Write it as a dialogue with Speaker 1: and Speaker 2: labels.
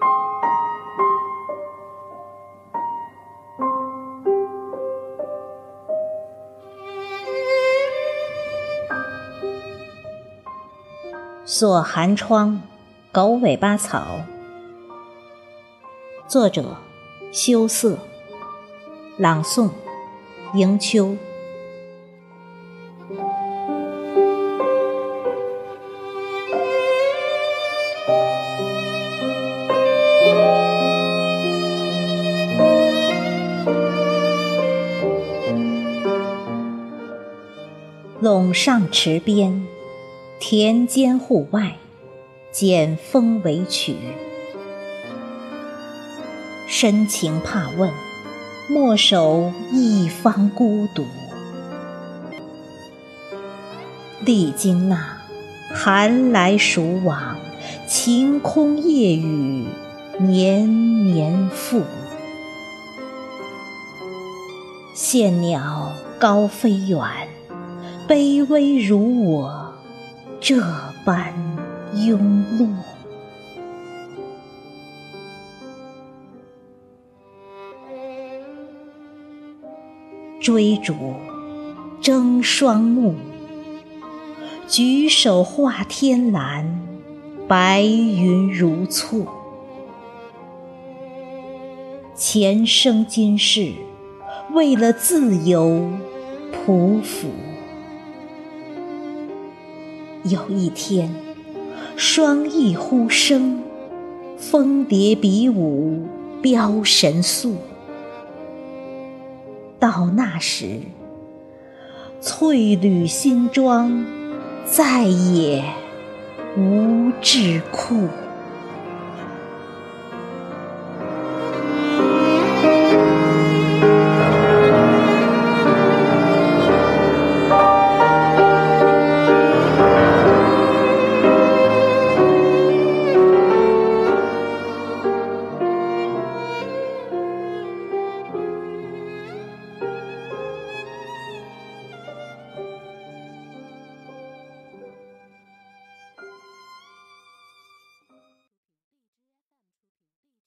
Speaker 1: 锁寒窗，狗尾巴草。作者：羞涩，朗诵：迎秋。陇上池边，田间户外，剪风为曲。深情怕问，莫守一方孤独。历经那寒来暑往，晴空夜雨，年年复。羡鸟高飞远，卑微如我这般庸碌。追逐争双目，举手画天蓝，白云如簇。前生今世，为了自由匍匐。有一天，双翼忽生，蜂蝶比舞飙神速。到那时，翠缕新妆，再也无桎梏。